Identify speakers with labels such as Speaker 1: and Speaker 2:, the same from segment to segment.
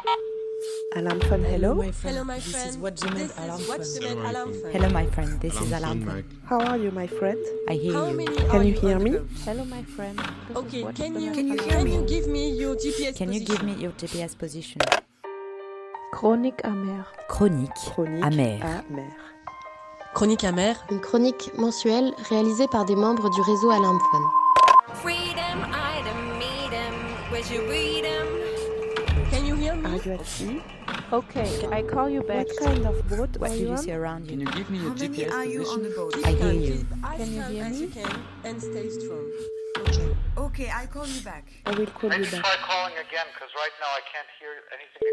Speaker 1: Alarm phone, hello.
Speaker 2: Hello, my friend.
Speaker 3: This is What's the Med Alarm Phone.
Speaker 2: Hello, my friend. This is Alarm Phone.
Speaker 1: How are you, my friend?
Speaker 2: I hear
Speaker 3: How
Speaker 2: you.
Speaker 3: many
Speaker 1: Can
Speaker 3: are
Speaker 1: you hear
Speaker 3: on
Speaker 1: me?
Speaker 3: the phone?
Speaker 2: Hello, my friend. This
Speaker 3: Okay,
Speaker 2: is What's
Speaker 3: can
Speaker 2: the
Speaker 3: you
Speaker 2: Med
Speaker 3: give me your GPS
Speaker 2: Can you
Speaker 3: position?
Speaker 2: give me your GPS position?
Speaker 1: Chronique amère.
Speaker 2: Chronique amère.
Speaker 3: Chronique amère.
Speaker 4: Une chronique mensuelle réalisée par des membres du réseau Alarm Phone.
Speaker 5: Freedom, item, meet 'em, where'd you read 'em?
Speaker 3: Can you hear me?
Speaker 1: Are you at sea? Okay, I call you back. What kind of boat
Speaker 2: What
Speaker 1: are
Speaker 2: do
Speaker 1: you
Speaker 2: you
Speaker 1: on?
Speaker 2: see around
Speaker 6: Can
Speaker 2: you?
Speaker 6: you give me your GPS position?
Speaker 3: Keep
Speaker 2: I hear
Speaker 3: calm,
Speaker 2: you.
Speaker 3: keep as
Speaker 1: Can you
Speaker 3: calm
Speaker 1: hear
Speaker 3: as
Speaker 1: me?
Speaker 3: you can and stay strong.
Speaker 7: Okay, I'll call you back.
Speaker 1: I will call you
Speaker 8: Maybe
Speaker 1: back.
Speaker 8: try calling again, because right now I can't hear anything.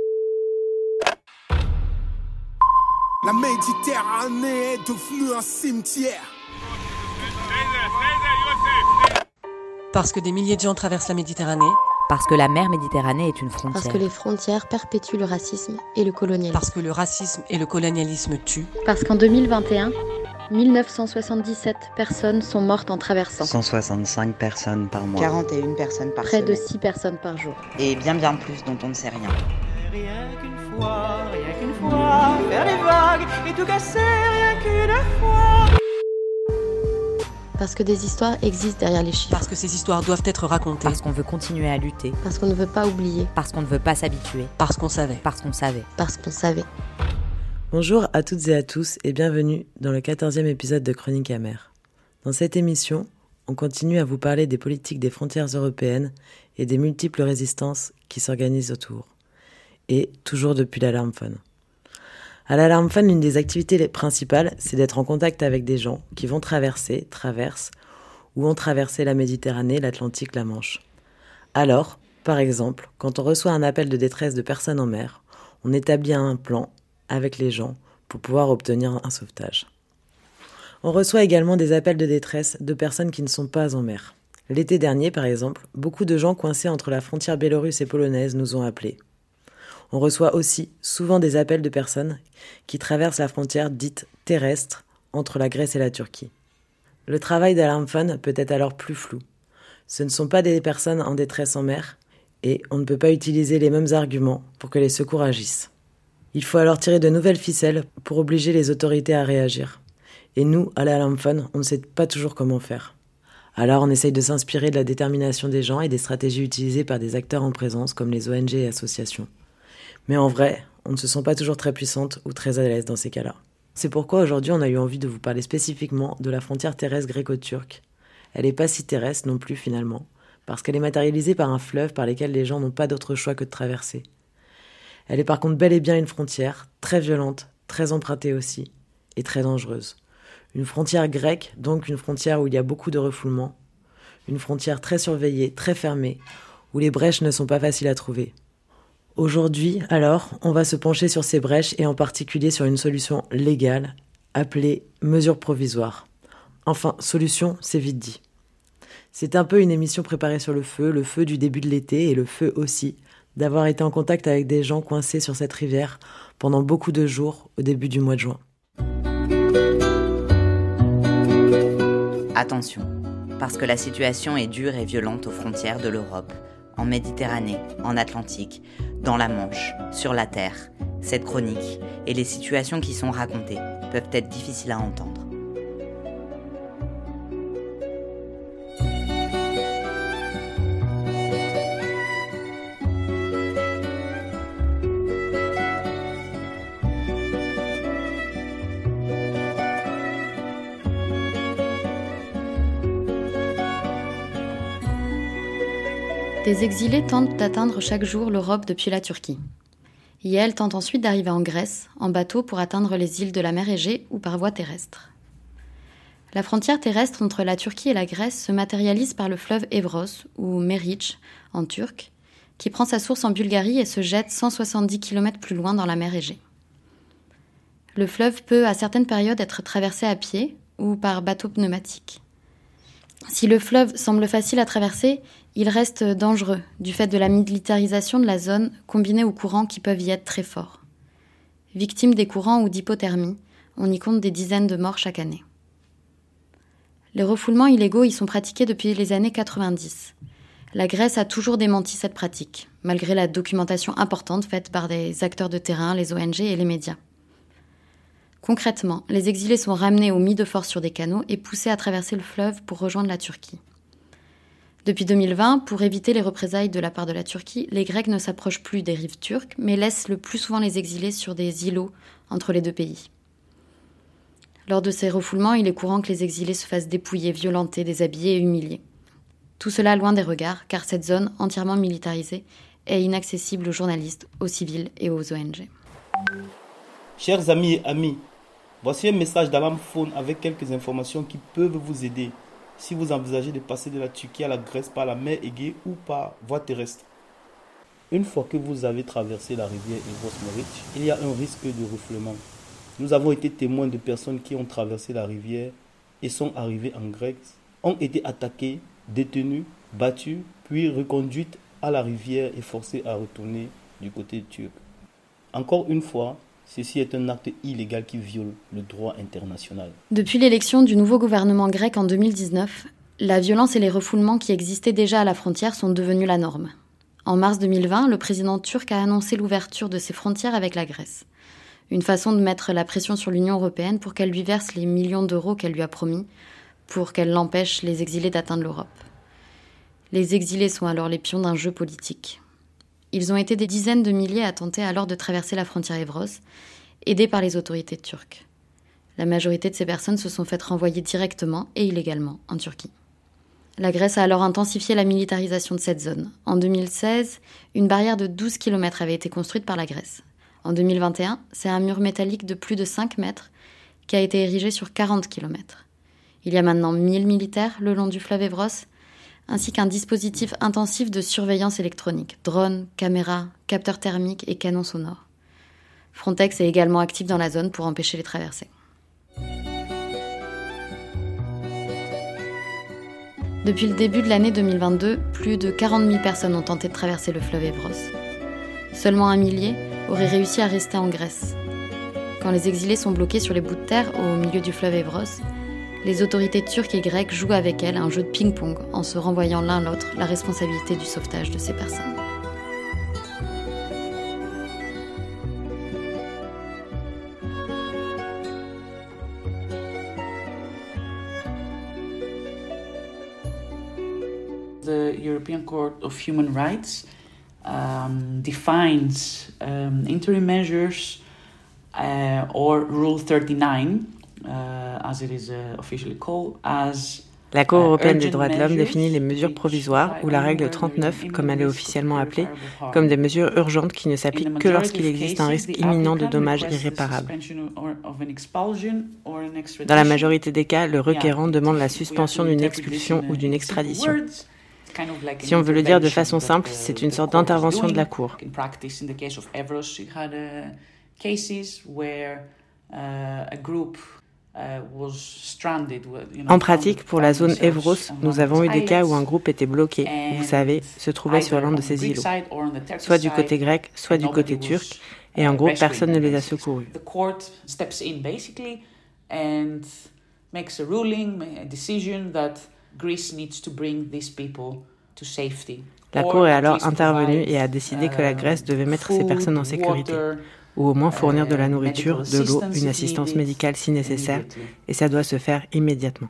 Speaker 9: La Méditerranée est devenue un cimetière.
Speaker 3: Parce que des milliers de gens traversent la Méditerranée.
Speaker 2: Parce que la mer Méditerranée est une
Speaker 4: Parce
Speaker 2: frontière.
Speaker 4: que les frontières perpétuent le racisme et le colonialisme.
Speaker 3: Parce que le racisme et le colonialisme tuent.
Speaker 4: Parce qu'en 2021, 1977 personnes sont mortes en traversant.
Speaker 10: 165 personnes par mois.
Speaker 11: 41 personnes par
Speaker 4: Près de
Speaker 11: semaine.
Speaker 4: 6 personnes par jour.
Speaker 11: Et bien plus dont on ne sait rien.
Speaker 7: Rien qu'une fois, faire des vagues et tout casser, rien qu'une fois.
Speaker 4: Parce que des histoires existent derrière les chiffres.
Speaker 3: Parce que ces histoires doivent être racontées.
Speaker 2: Parce qu'on veut continuer à lutter.
Speaker 4: Parce qu'on ne veut pas oublier.
Speaker 2: Parce qu'on ne veut pas s'habituer.
Speaker 3: Parce qu'on savait.
Speaker 2: Parce qu'on savait.
Speaker 4: Parce qu'on savait.
Speaker 12: Bonjour à toutes et à tous et bienvenue dans le 14e épisode de Chronique amère. Dans cette émission, on continue à vous parler des politiques des frontières européennes et des multiples résistances qui s'organisent autour. Et toujours depuis l'Alarm Phone. À l'Alarm Phone, l'une des activités principales, c'est d'être en contact avec des gens qui vont traversent ou ont traversé la Méditerranée, l'Atlantique, la Manche. Alors, par exemple, quand on reçoit un appel de détresse de personnes en mer, on établit un plan avec les gens pour pouvoir obtenir un sauvetage. On reçoit également des appels de détresse de personnes qui ne sont pas en mer. L'été dernier, par exemple, beaucoup de gens coincés entre la frontière biélorusse et polonaise nous ont appelés. On reçoit aussi souvent des appels de personnes qui traversent la frontière dite terrestre entre la Grèce et la Turquie. Le travail d'Alarm Phone peut être alors plus flou. Ce ne sont pas des personnes en détresse en mer et on ne peut pas utiliser les mêmes arguments pour que les secours agissent. Il faut alors tirer de nouvelles ficelles pour obliger les autorités à réagir. Et nous, à l'Alarm Phone, on ne sait pas toujours comment faire. Alors on essaye de s'inspirer de la détermination des gens et des stratégies utilisées par des acteurs en présence comme les ONG et associations. Mais en vrai, on ne se sent pas toujours très puissante ou très à l'aise dans ces cas-là. C'est pourquoi aujourd'hui on a eu envie de vous parler spécifiquement de la frontière terrestre gréco-turque. Elle n'est pas si terrestre non plus finalement, parce qu'elle est matérialisée par un fleuve par lequel les gens n'ont pas d'autre choix que de traverser. Elle est par contre bel et bien une frontière, très violente, très empruntée aussi, et très dangereuse. Une frontière grecque, donc une frontière où il y a beaucoup de refoulements. Une frontière très surveillée, très fermée, où les brèches ne sont pas faciles à trouver. Aujourd'hui, alors, on va se pencher sur ces brèches et en particulier sur une solution légale, appelée mesure provisoire. Enfin, solution, c'est vite dit. C'est un peu une émission préparée sur le feu du début de l'été et le feu aussi, d'avoir été en contact avec des gens coincés sur cette rivière pendant beaucoup de jours au début du mois de juin.
Speaker 11: Attention, parce que la situation est dure et violente aux frontières de l'Europe, en Méditerranée, en Atlantique, dans la Manche, sur la Terre. Cette chronique et les situations qui sont racontées peuvent être difficiles à entendre.
Speaker 4: Des exilés tentent d'atteindre chaque jour l'Europe depuis la Turquie. Yael tente ensuite d'arriver en Grèce, en bateau pour atteindre les îles de la mer Égée ou par voie terrestre. La frontière terrestre entre la Turquie et la Grèce se matérialise par le fleuve Evros, ou Meriç en turc, qui prend sa source en Bulgarie et se jette 170 km plus loin dans la mer Égée. Le fleuve peut à certaines périodes être traversé à pied ou par bateau pneumatique. Si le fleuve semble facile à traverser, il reste dangereux du fait de la militarisation de la zone combinée aux courants qui peuvent y être très forts. Victimes des courants ou d'hypothermie, on y compte des dizaines de morts chaque année. Les refoulements illégaux y sont pratiqués depuis les années 90. La Grèce a toujours démenti cette pratique, malgré la documentation importante faite par des acteurs de terrain, les ONG et les médias. Concrètement, les exilés sont ramenés ou mis de force sur des canaux et poussés à traverser le fleuve pour rejoindre la Turquie. Depuis 2020, pour éviter les représailles de la part de la Turquie, les Grecs ne s'approchent plus des rives turques, mais laissent le plus souvent les exilés sur des îlots entre les deux pays. Lors de ces refoulements, il est courant que les exilés se fassent dépouiller, violenter, déshabiller et humilier. Tout cela loin des regards, car cette zone entièrement militarisée est inaccessible aux journalistes, aux civils et aux ONG.
Speaker 13: Chers amis et amis, voici un message d'Alam Phone avec quelques informations qui peuvent vous aider si vous envisagez de passer de la Turquie à la Grèce par la mer Égée ou par voie terrestre. Une fois que vous avez traversé la rivière Evros-Moric, il y a un risque de refoulement. Nous avons été témoins de personnes qui ont traversé la rivière et sont arrivées en Grèce, ont été attaquées, détenues, battues, puis reconduites à la rivière et forcées à retourner du côté turc. Encore une fois, ceci est un acte illégal qui viole le droit international.
Speaker 4: Depuis l'élection du nouveau gouvernement grec en 2019, la violence et les refoulements qui existaient déjà à la frontière sont devenus la norme. En mars 2020, le président turc a annoncé l'ouverture de ses frontières avec la Grèce. Une façon de mettre la pression sur l'Union européenne pour qu'elle lui verse les millions d'euros qu'elle lui a promis, pour qu'elle empêche les exilés d'atteindre l'Europe. Les exilés sont alors les pions d'un jeu politique. Ils ont été des dizaines de milliers à tenter alors de traverser la frontière Evros, aidés par les autorités turques. La majorité de ces personnes se sont faites renvoyer directement et illégalement en Turquie. La Grèce a alors intensifié la militarisation de cette zone. En 2016, une barrière de 12 km avait été construite par la Grèce. En 2021, c'est un mur métallique de plus de 5 mètres qui a été érigé sur 40 km. Il y a maintenant 1000 militaires le long du fleuve Evros, ainsi qu'un dispositif intensif de surveillance électronique, drones, caméras, capteurs thermiques et canons sonores. Frontex est également actif dans la zone pour empêcher les traversées. Depuis le début de l'année 2022, plus de 40 000 personnes ont tenté de traverser le fleuve Evros. Seulement 1 millier auraient réussi à rester en Grèce. Quand les exilés sont bloqués sur les bouts de terre au milieu du fleuve Evros, les autorités turques et grecques jouent avec elles un jeu de ping-pong en se renvoyant l'un l'autre la responsabilité du sauvetage de ces personnes.
Speaker 14: The European Court of Human Rights defines interim measures or Rule 39, as it is officially called, as
Speaker 12: La Cour européenne des droits de l'homme définit les mesures provisoires, ou la règle 39, comme elle est officiellement appelée, comme des mesures urgentes qui ne s'appliquent que lorsqu'il existe un risque imminent de dommages irréparables. Dans la majorité des cas, le requérant demande la suspension d'une expulsion ou d'une extradition. Si on veut le dire de façon simple, c'est une sorte d'intervention de la Cour. En pratique, pour la zone Evros, nous avons eu des cas où un groupe était bloqué, vous savez, se trouvait sur l'un de ces îlots, soit du côté grec, soit du côté turc, et en gros, personne ne les a secourus. La Cour est alors intervenue et a décidé que la Grèce devait mettre ces personnes en sécurité, ou au moins fournir de la nourriture, de l'eau, une assistance médicale si nécessaire, et ça doit se faire immédiatement.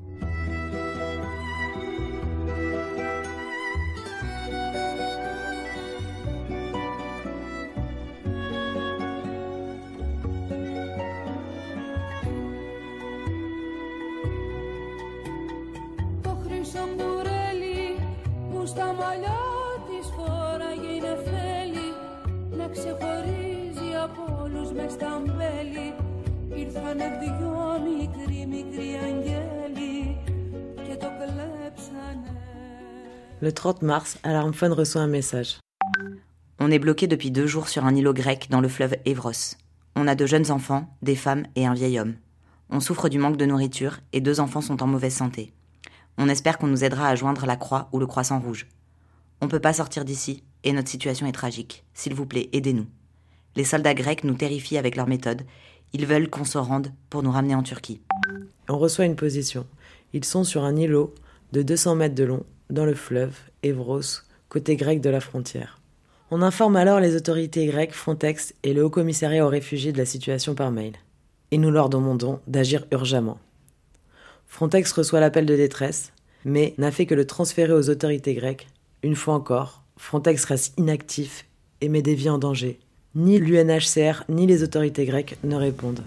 Speaker 12: Le 30 mars, Alarm Phone reçoit un message.
Speaker 11: On est bloqué depuis 2 jours sur un îlot grec dans le fleuve Evros. On a de jeunes enfants, des femmes et un vieil homme. On souffre du manque de nourriture et 2 enfants sont en mauvaise santé. On espère qu'on nous aidera à joindre la croix ou le croissant rouge. On peut pas sortir d'ici et notre situation est tragique. S'il vous plaît, aidez-nous. Les soldats grecs nous terrifient avec leurs méthodes. Ils veulent qu'on se rende pour nous ramener en Turquie.
Speaker 12: On reçoit une position. Ils sont sur un îlot de 200 mètres de long, dans le fleuve, Evros, côté grec de la frontière. On informe alors les autorités grecques, Frontex et le Haut-Commissariat aux réfugiés de la situation par mail. Et nous leur demandons d'agir urgemment. Frontex reçoit l'appel de détresse, mais n'a fait que le transférer aux autorités grecques. Une fois encore, Frontex reste inactif et met des vies en danger. Ni l'UNHCR ni les autorités grecques ne répondent.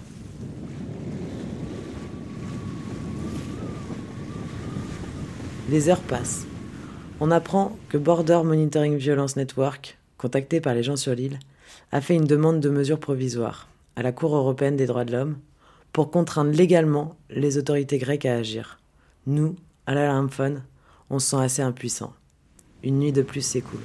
Speaker 12: Les heures passent. On apprend que Border Monitoring Violence Network, contacté par les gens sur l'île, a fait une demande de mesures provisoires à la Cour européenne des droits de l'homme pour contraindre légalement les autorités grecques à agir. Nous, à l'Alarm Phone, on se sent assez impuissants. Une nuit de plus s'écoule.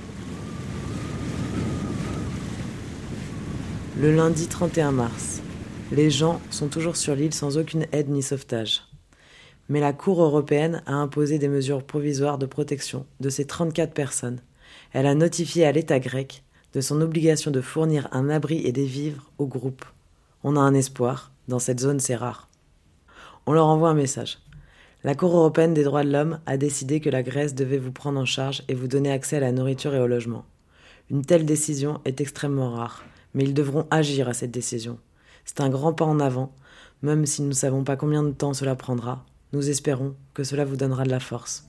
Speaker 12: Le lundi 31 mars, les gens sont toujours sur l'île sans aucune aide ni sauvetage. Mais la Cour européenne a imposé des mesures provisoires de protection de ces 34 personnes. Elle a notifié à l'État grec de son obligation de fournir un abri et des vivres au groupe. On a un espoir, dans cette zone c'est rare. On leur envoie un message. La Cour européenne des droits de l'homme a décidé que la Grèce devait vous prendre en charge et vous donner accès à la nourriture et au logement. Une telle décision est extrêmement rare, mais ils devront agir à cette décision. C'est un grand pas en avant, même si nous ne savons pas combien de temps cela prendra. Nous espérons que cela vous donnera de la force.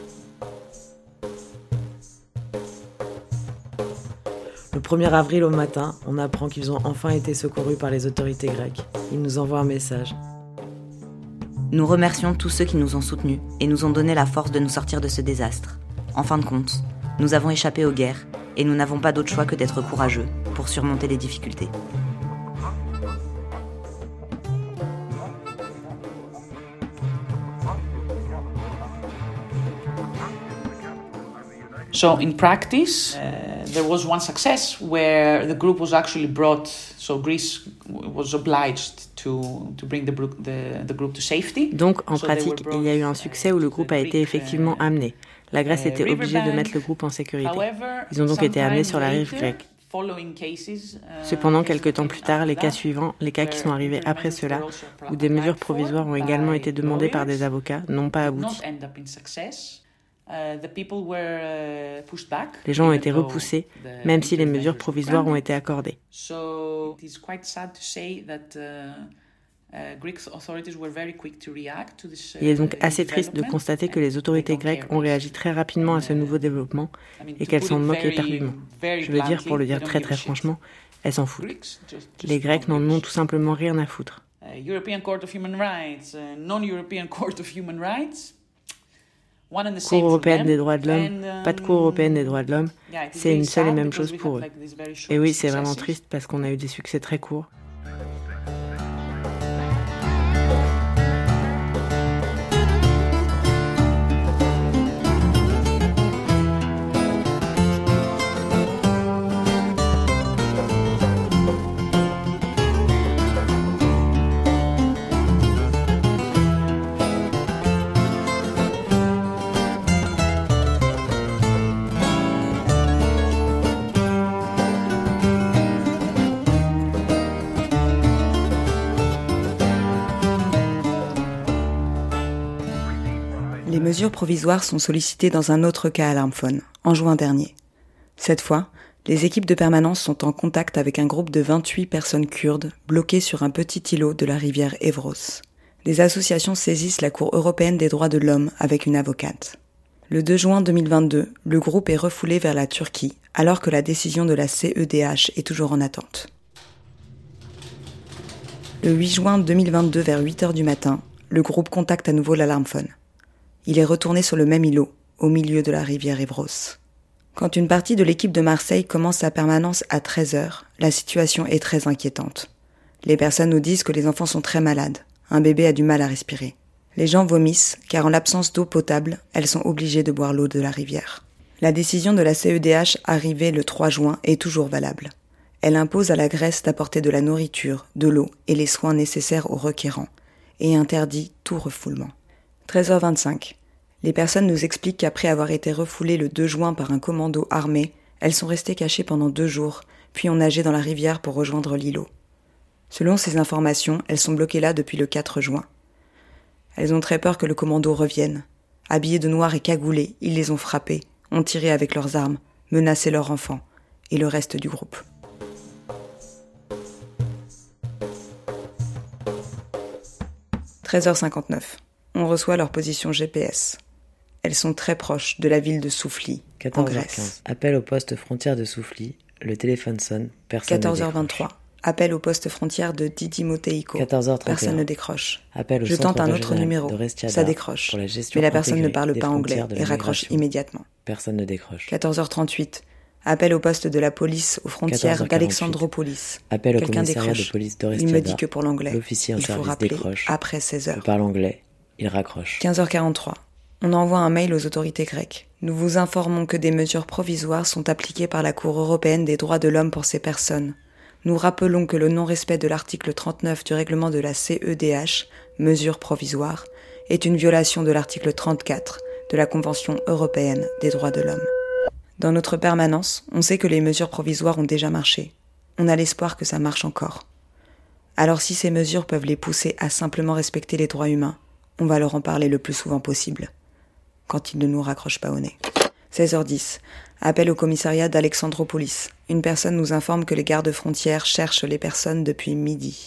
Speaker 12: Le 1er avril au matin, on apprend qu'ils ont enfin été secourus par les autorités grecques. Ils nous envoient un message.
Speaker 11: Nous remercions tous ceux qui nous ont soutenus et nous ont donné la force de nous sortir de ce désastre. En fin de compte, nous avons échappé aux guerres et nous n'avons pas d'autre choix que d'être courageux pour surmonter les difficultés.
Speaker 14: So in practice, there was one success where the group was actually brought. So Greece was obliged to bring the group to safety.
Speaker 15: Donc en pratique, il y a eu un succès où le groupe a été effectivement amené. La Grèce était obligée de mettre le groupe en sécurité. Ils ont donc été amenés sur la rive grecque. Cependant, quelques temps plus tard, les cas suivants, les cas qui sont arrivés après cela, où des mesures provisoires ont également été demandées par des avocats, n'ont pas abouti. Les gens ont été repoussés, même si les mesures provisoires ont été accordées. Il est donc assez triste de constater que les autorités grecques ont réagi très rapidement à ce nouveau développement et qu'elles s'en moquent éperdument. Je veux dire, pour le dire très très franchement, elles s'en foutent. Les Grecs n'en ont tout simplement rien à foutre. Cour européenne des droits de l'homme, pas de Cour européenne des droits de l'homme, c'est une seule et même chose pour eux. Et oui, c'est vraiment triste parce qu'on a eu des succès très courts.
Speaker 16: Les mesures provisoires sont sollicitées dans un autre cas Alarm Phone, en juin dernier. Cette fois, les équipes de permanence sont en contact avec un groupe de 28 personnes kurdes bloquées sur un petit îlot de la rivière Evros. Des associations saisissent la Cour européenne des droits de l'homme avec une avocate. Le 2 juin 2022, le groupe est refoulé vers la Turquie, alors que la décision de la CEDH est toujours en attente. Le 8 juin 2022, vers 8h du matin, le groupe contacte à nouveau l'Alarm Phone. Il est retourné sur le même îlot, au milieu de la rivière Evros. Quand une partie de l'équipe de Marseille commence sa permanence à 13h, la situation est très inquiétante. Les personnes nous disent que les enfants sont très malades. Un bébé a du mal à respirer. Les gens vomissent, car en l'absence d'eau potable, elles sont obligées de boire l'eau de la rivière. La décision de la CEDH arrivée le 3 juin est toujours valable. Elle impose à la Grèce d'apporter de la nourriture, de l'eau et les soins nécessaires aux requérants, et interdit tout refoulement. 13h25. Les personnes nous expliquent qu'après avoir été refoulées le 2 juin par un commando armé, elles sont restées cachées pendant 2 jours, puis ont nagé dans la rivière pour rejoindre l'îlot. Selon ces informations, elles sont bloquées là depuis le 4 juin. Elles ont très peur que le commando revienne. Habillés de noir et cagoulés, ils les ont frappées, ont tiré avec leurs armes, menacé leurs enfants et le reste du groupe. « 13h59. On reçoit leur position GPS. Elles sont très proches de la ville de Soufli, en Grèce.
Speaker 12: Appel au poste frontière de Soufli, le téléphone sonne, personne ne décroche.
Speaker 16: 14h23. Appel au poste frontière de Didymoteico.
Speaker 12: 14h31.
Speaker 16: Personne ne décroche.
Speaker 12: Appel au
Speaker 16: Je tente un
Speaker 12: centre
Speaker 16: autre numéro. Ça décroche.
Speaker 12: Pour la gestion
Speaker 16: mais la personne ne
Speaker 12: intégrée
Speaker 16: parle
Speaker 12: des
Speaker 16: pas anglais
Speaker 12: frontières de la
Speaker 16: et raccroche
Speaker 12: migration.
Speaker 16: immédiatement.
Speaker 12: Personne ne décroche.
Speaker 16: 14h38. Appel au poste de la police aux frontières
Speaker 12: 14h48.
Speaker 16: d'Alexandropolis.
Speaker 12: Appel au
Speaker 16: Quelqu'un
Speaker 12: commissariat
Speaker 16: décroche.
Speaker 12: de police
Speaker 16: Il
Speaker 12: d'Orestiada.
Speaker 16: me dit que pour l'anglais,
Speaker 12: L'officier en
Speaker 16: il faut
Speaker 12: service
Speaker 16: rappeler
Speaker 12: décroche.
Speaker 16: après 16h.
Speaker 12: Il parle anglais, il raccroche.
Speaker 16: 15h43. On envoie un mail aux autorités grecques. Nous vous informons que des mesures provisoires sont appliquées par la Cour européenne des droits de l'homme pour ces personnes. Nous rappelons que le non-respect de l'article 39 du règlement de la CEDH, mesures provisoires, est une violation de l'article 34 de la Convention européenne des droits de l'homme. Dans notre permanence, on sait que les mesures provisoires ont déjà marché. On a l'espoir que ça marche encore. Alors si ces mesures peuvent les pousser à simplement respecter les droits humains, on va leur en parler le plus souvent possible, quand ils ne nous raccrochent pas au nez. 16h10. Appel au commissariat d'Alexandropolis. Une personne nous informe que les gardes-frontières cherchent les personnes depuis midi.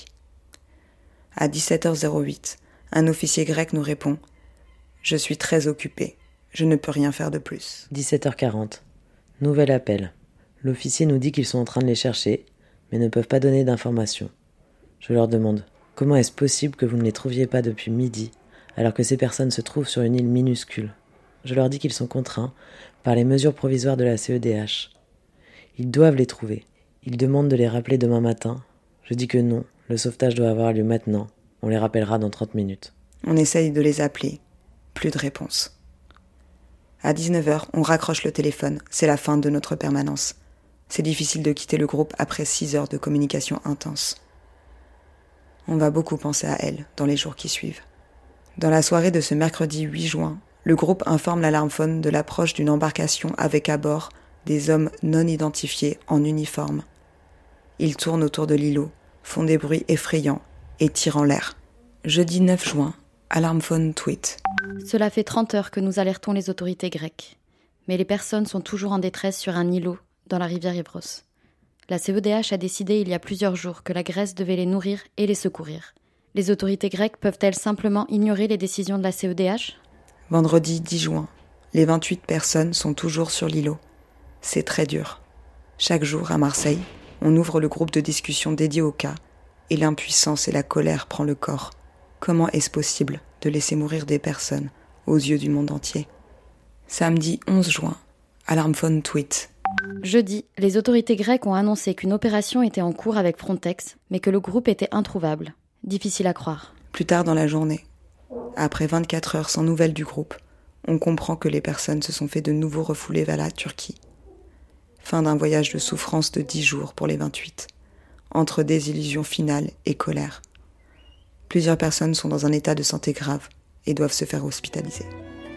Speaker 16: À 17h08, un officier grec nous répond « Je suis très occupé. Je ne peux rien faire de plus. »
Speaker 12: 17h40. Nouvel appel. L'officier nous dit qu'ils sont en train de les chercher, mais ne peuvent pas donner d'informations. Je leur demande « Comment est-ce possible que vous ne les trouviez pas depuis midi, alors que ces personnes se trouvent sur une île minuscule ?» Je leur dis qu'ils sont contraints par les mesures provisoires de la CEDH. Ils doivent les trouver. Ils demandent de les rappeler demain matin. Je dis que non, le sauvetage doit avoir lieu maintenant. On les rappellera dans 30 minutes.
Speaker 16: On essaye de les appeler. Plus de réponse. À 19h, on raccroche le téléphone. C'est la fin de notre permanence. C'est difficile de quitter le groupe après 6 heures de communication intense. On va beaucoup penser à elle dans les jours qui suivent. Dans la soirée de ce mercredi 8 juin, le groupe informe l'alarmphone de l'approche d'une embarcation avec à bord des hommes non identifiés en uniforme. Ils tournent autour de l'îlot, font des bruits effrayants et tirent en l'air. Jeudi 9 juin, alarmphone tweet.
Speaker 4: Cela fait 30 heures que nous alertons les autorités grecques. Mais les personnes sont toujours en détresse sur un îlot dans la rivière Évros. La CEDH a décidé il y a plusieurs jours que la Grèce devait les nourrir et les secourir. Les autorités grecques peuvent-elles simplement ignorer les décisions de la CEDH ?
Speaker 16: Vendredi 10 juin, les 28 personnes sont toujours sur l'îlot. C'est très dur. Chaque jour, à Marseille, on ouvre le groupe de discussion dédié au cas, et l'impuissance et la colère prend le corps. Comment est-ce possible de laisser mourir des personnes aux yeux du monde entier ? Samedi 11 juin, alarmphone tweet.
Speaker 4: Jeudi, les autorités grecques ont annoncé qu'une opération était en cours avec Frontex, mais que le groupe était introuvable. Difficile à croire.
Speaker 16: Plus tard dans la journée, après 24 heures sans nouvelles du groupe, on comprend que les personnes se sont fait de nouveau refouler vers la Turquie. Fin d'un voyage de souffrance de 10 jours pour les 28, entre désillusion finale et colère. Plusieurs personnes sont dans un état de santé grave et doivent se faire hospitaliser.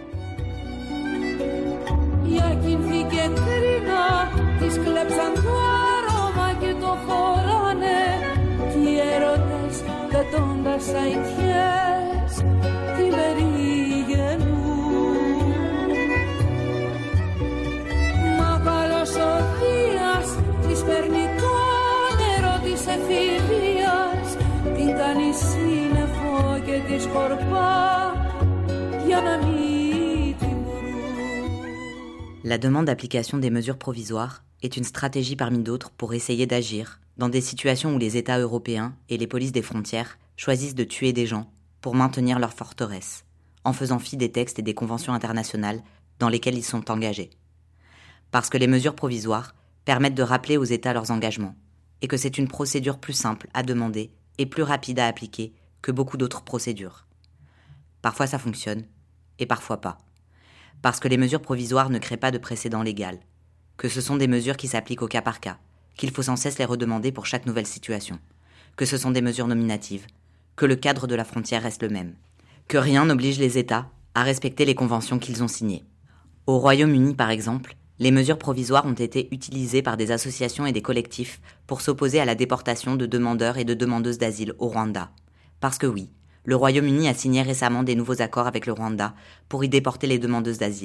Speaker 11: La demande d'application des mesures provisoires est une stratégie parmi d'autres pour essayer d'agir dans des situations où les États européens et les polices des frontières choisissent de tuer des gens pour maintenir leur forteresse, en faisant fi des textes et des conventions internationales dans lesquelles ils sont engagés. Parce que les mesures provisoires permettent de rappeler aux États leurs engagements, et que c'est une procédure plus simple à demander et plus rapide à appliquer que beaucoup d'autres procédures. Parfois ça fonctionne, et parfois pas. Parce que les mesures provisoires ne créent pas de précédent légal, que ce sont des mesures qui s'appliquent au cas par cas, qu'il faut sans cesse les redemander pour chaque nouvelle situation, que ce sont des mesures nominatives, que le cadre de la frontière reste le même, que rien n'oblige les États à respecter les conventions qu'ils ont signées. Au Royaume-Uni, par exemple, les mesures provisoires ont été utilisées par des associations et des collectifs pour s'opposer à la déportation de demandeurs et de demandeuses d'asile au Rwanda. Parce que oui, le Royaume-Uni a signé récemment des nouveaux accords avec le Rwanda pour y déporter les demandeuses d'asile.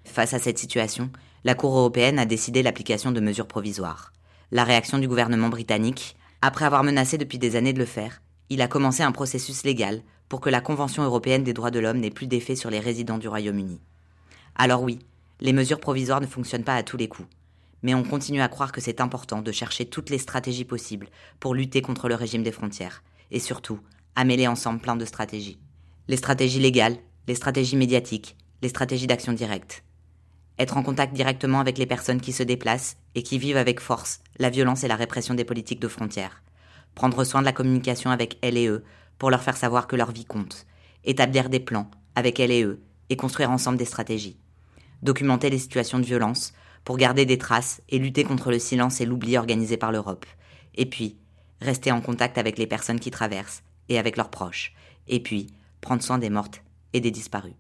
Speaker 11: Face à cette situation, la Cour européenne a décidé l'application de mesures provisoires. La réaction du gouvernement britannique, après avoir menacé depuis des années de le faire, il a commencé un processus légal pour que la Convention européenne des droits de l'homme n'ait plus d'effet sur les résidents du Royaume-Uni. Alors oui, les mesures provisoires ne fonctionnent pas à tous les coups, mais on continue à croire que c'est important de chercher toutes les stratégies possibles pour lutter contre le régime des frontières, et surtout, à mêler ensemble plein de stratégies. Les stratégies légales, les stratégies médiatiques, les stratégies d'action directe. Être en contact directement avec les personnes qui se déplacent et qui vivent avec force la violence et la répression des politiques de frontières. Prendre soin de la communication avec elles et eux pour leur faire savoir que leur vie compte. Établir des plans avec elles et eux et construire ensemble des stratégies. Documenter les situations de violence pour garder des traces et lutter contre le silence et l'oubli organisé par l'Europe. Et puis, rester en contact avec les personnes qui traversent et avec leurs proches. Et puis, prendre soin des mortes et des disparus.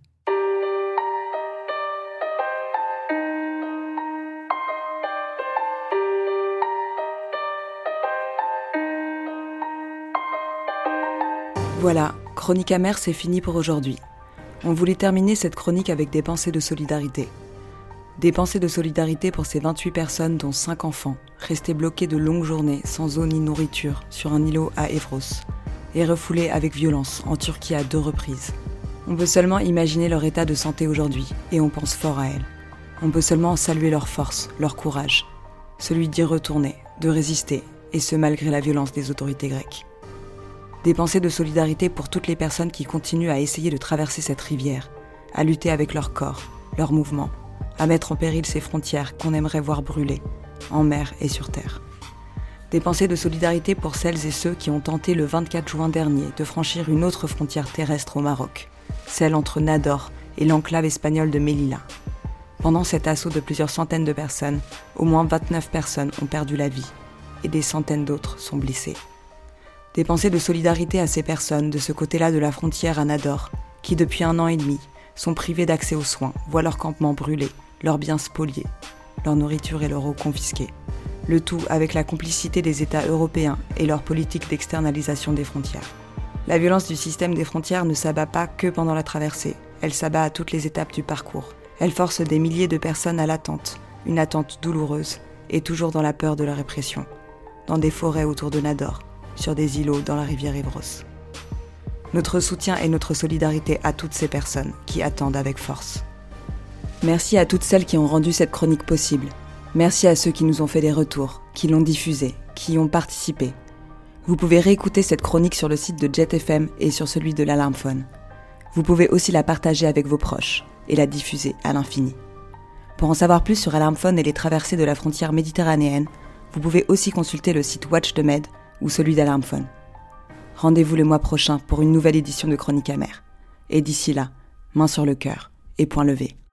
Speaker 16: Voilà, Chronique amère, c'est fini pour aujourd'hui. On voulait terminer cette chronique avec des pensées de solidarité. Des pensées de solidarité pour ces 28 personnes, dont 5 enfants, restés bloqués de longues journées, sans eau ni nourriture, sur un îlot à Evros, et refoulés avec violence en Turquie à 2 reprises. On peut seulement imaginer leur état de santé aujourd'hui, et on pense fort à elles. On peut seulement saluer leur force, leur courage, celui d'y retourner, de résister, et ce malgré la violence des autorités grecques. Des pensées de solidarité pour toutes les personnes qui continuent à essayer de traverser cette rivière, à lutter avec leur corps, leurs mouvements, à mettre en péril ces frontières qu'on aimerait voir brûler, en mer et sur terre. Des pensées de solidarité pour celles et ceux qui ont tenté le 24 juin dernier de franchir une autre frontière terrestre au Maroc, celle entre Nador et l'enclave espagnole de Melilla. Pendant cet assaut de plusieurs centaines de personnes, au moins 29 personnes ont perdu la vie et des centaines d'autres sont blessées. Des pensées de solidarité à ces personnes de ce côté-là de la frontière à Nador, qui depuis 1 an et demi sont privés d'accès aux soins, voient leur campement brûlé, leurs biens spoliés, leur nourriture et leur eau confisquée. Le tout avec la complicité des États européens et leur politique d'externalisation des frontières. La violence du système des frontières ne s'abat pas que pendant la traversée, elle s'abat à toutes les étapes du parcours. Elle force des milliers de personnes à l'attente, une attente douloureuse, et toujours dans la peur de la répression, dans des forêts autour de Nador, sur des îlots dans la rivière Evros. Notre soutien et notre solidarité à toutes ces personnes qui attendent avec force. Merci à toutes celles qui ont rendu cette chronique possible. Merci à ceux qui nous ont fait des retours, qui l'ont diffusée, qui y ont participé. Vous pouvez réécouter cette chronique sur le site de Jet FM et sur celui de l'Alarmphone. Vous pouvez aussi la partager avec vos proches et la diffuser à l'infini. Pour en savoir plus sur Alarmphone et les traversées de la frontière méditerranéenne, vous pouvez aussi consulter le site Watch the Med ou celui d'Alarmphone. Rendez-vous le mois prochain pour une nouvelle édition de Chronique amère. Et d'ici là, main sur le cœur et poing levé.